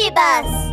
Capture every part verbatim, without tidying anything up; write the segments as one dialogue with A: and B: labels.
A: ーバス。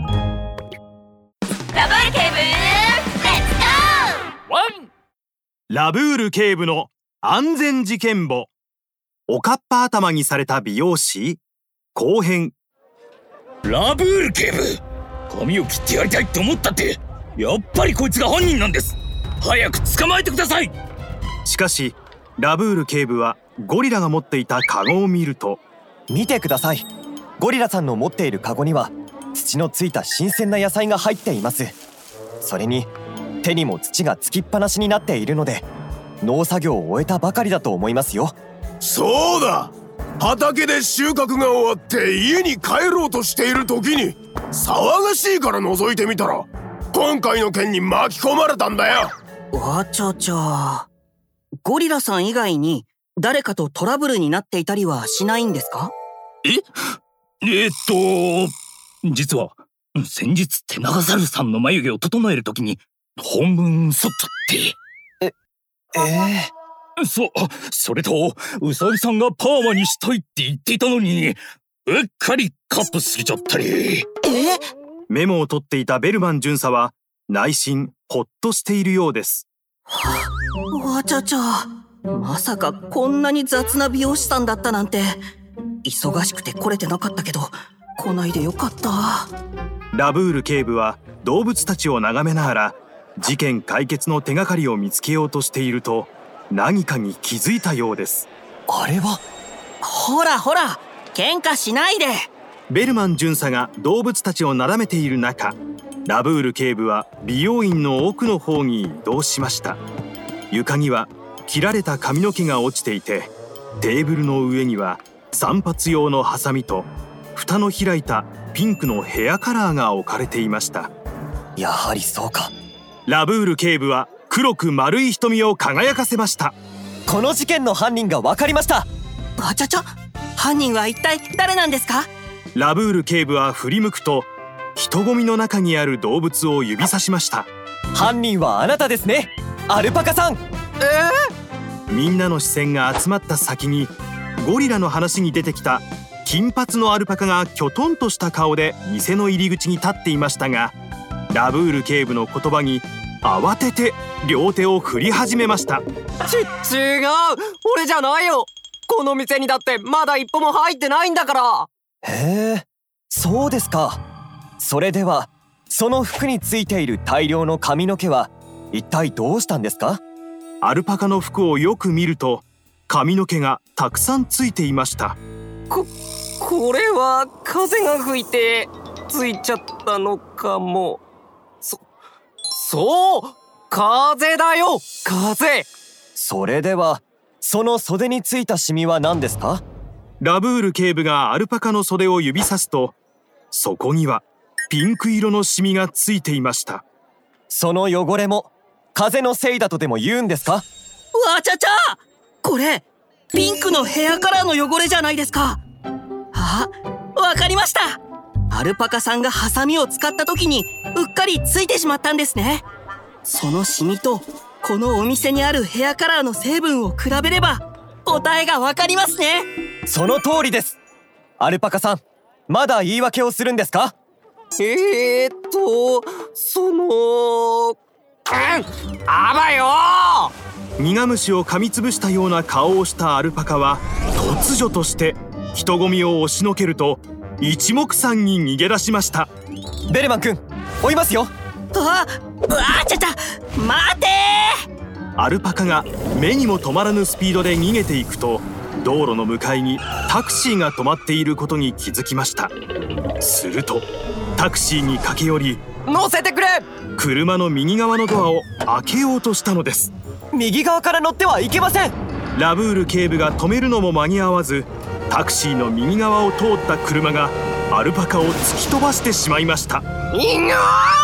A: ラブール警部、レッツゴー。
B: ワンラブール警部の安全事件簿。おかっぱ頭にされた美容師後編。
C: ラブール警部、髪を切ってやりたいって思ったって、やっぱりこいつが犯人なんです。早く捕まえてください。
B: しかしラブール警部はゴリラが持っていたカゴを見ると、
D: 見てください。ゴリラさんの持っているカゴには土のついた新鮮な野菜が入っています。それに手にも土がつきっぱなしになっているので、農作業を終えたばかりだと思いますよ。
E: そうだ、畑で収穫が終わって家に帰ろうとしている時に騒がしいから覗いてみたら、今回の件に巻き込まれたんだよ。
F: わちゃちゃ、ゴリラさん以外に誰かとトラブルになっていたりはしないんですか？
C: ええー、っと実は先日テナガザルさんの眉毛を整えるときに半分剃っちゃって。
D: ええ
C: ー、そそれとウサギさんがパーマにしたいって言っていたのに、うっかりカップすぎちゃったり。
F: え
B: メモを取っていたベルマン巡査は内心ほっとしているようです。
F: わちゃちゃ、まさかこんなに雑な美容師さんだったなんて。忙しくて来れてなかったけど来ないでよかった。
B: ラブール警部は動物たちを眺めながら事件解決の手がかりを見つけようとしていると、何かに気づいたようです。
D: あれは。
F: ほらほら、喧嘩しないで。
B: ベルマン巡査が動物たちをなだめている中、ラブール警部は美容院の奥の方に移動しました。床には切られた髪の毛が落ちていて、テーブルの上には散髪用のハサミと蓋の開いたピンクのヘアカラーが置かれていました。
D: やはりそうか。
B: ラブール警部は黒く丸い瞳を輝かせました。
D: この事件の犯人が分かりました。
F: あちゃちゃ、犯人は一体誰なんですか？
B: ラブール警部は振り向くと、人混みの中にある動物を指さしました。
D: 犯人はあなたですね、アルパカさん。
F: え
B: ー、みんなの視線が集まった先に、ゴリラの話に出てきた金髪のアルパカがきょとんとした顔で店の入り口に立っていましたが、ラブール警部の言葉に慌てて両手を振り始めました。
G: ち、違う、俺じゃないよ。この店にだってまだ一歩も入ってないんだから。
D: へえ、そうですか。それではその服についている大量の髪の毛は一体どうしたんですか？
B: アルパカの服をよく見ると、髪の毛がたくさんついていました。
G: こ、これは風が吹いてついちゃったのかも。そ、そう、風だよ、風。
D: それではその袖についたシミは何ですか？
B: ラブール警部がアルパカの袖を指さすと、そこにはピンク色のシミがついていました。
D: その汚れも風のせいだとでも言うんですか？
F: わちゃちゃ、これピンクのヘアカラーの汚れじゃないですか。あ、わかりました。アルパカさんがハサミを使った時にうっかりついてしまったんですね。そのシミとこのお店にあるヘアカラーの成分を比べれば答えがわかりますね。
D: その通りです。アルパカさん、まだ言い訳をするんですか？
G: えーっとその、うん、あばよ
B: ー。苦虫を噛みつぶしたような顔をしたアルパカは突如として人混みを押しのけると一目散に逃げ出しました。
D: ベルマン君、追いますよ。
F: あ、うわちゃちゃ、待て
B: ー。アルパカが目にも止まらぬスピードで逃げていくと、道路の向かいにタクシーが止まっていることに気づきました。するとタクシーに駆け寄り、
G: 乗せてくれ。
B: 車の右側のドアを開けようとしたのです。
D: 右側から乗ってはいけません。
B: ラブール警部が止めるのも間に合わず、タクシーの右側を通った車がアルパカを突き飛ばしてしまいました。
G: いが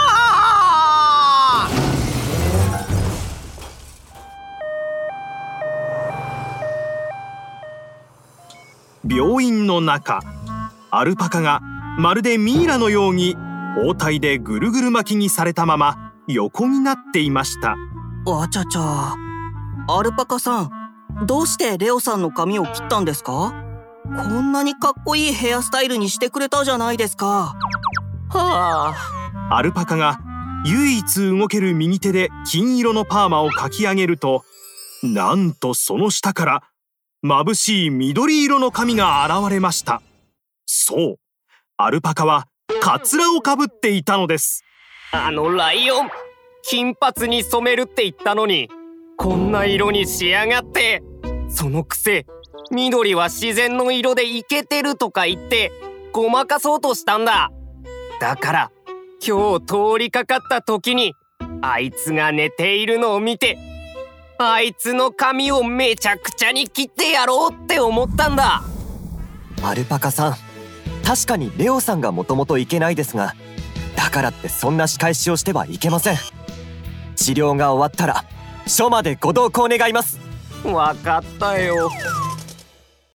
B: 病院の中、アルパカがまるでミイラのように包帯でぐるぐる巻きにされたまま横になっていました。
F: わちゃちゃ、アルパカさん、どうしてレオさんの髪を切ったんですか？こんなにかっこいいヘアスタイルにしてくれたじゃないですか。
G: は
B: あ。アルパカが唯一動ける右手で金色のパーマをかき上げると、なんとその下から眩しい緑色の髪が現れました。そう、アルパカはカツラをかぶっていたのです。
G: あのライオン、金髪に染めるって言ったのにこんな色にしやがって。そのくせ緑は自然の色でイケてるとか言ってごまかそうとしたんだ。だから今日通りかかった時にあいつが寝ているのを見て、あいつの髪をめちゃくちゃに切ってやろうって思ったんだ。
D: アルパカさん、確かにレオさんがもともといけないですが、だからってそんな仕返しをしてはいけません。治療が終わったら署までご同行願います。
G: わかったよ。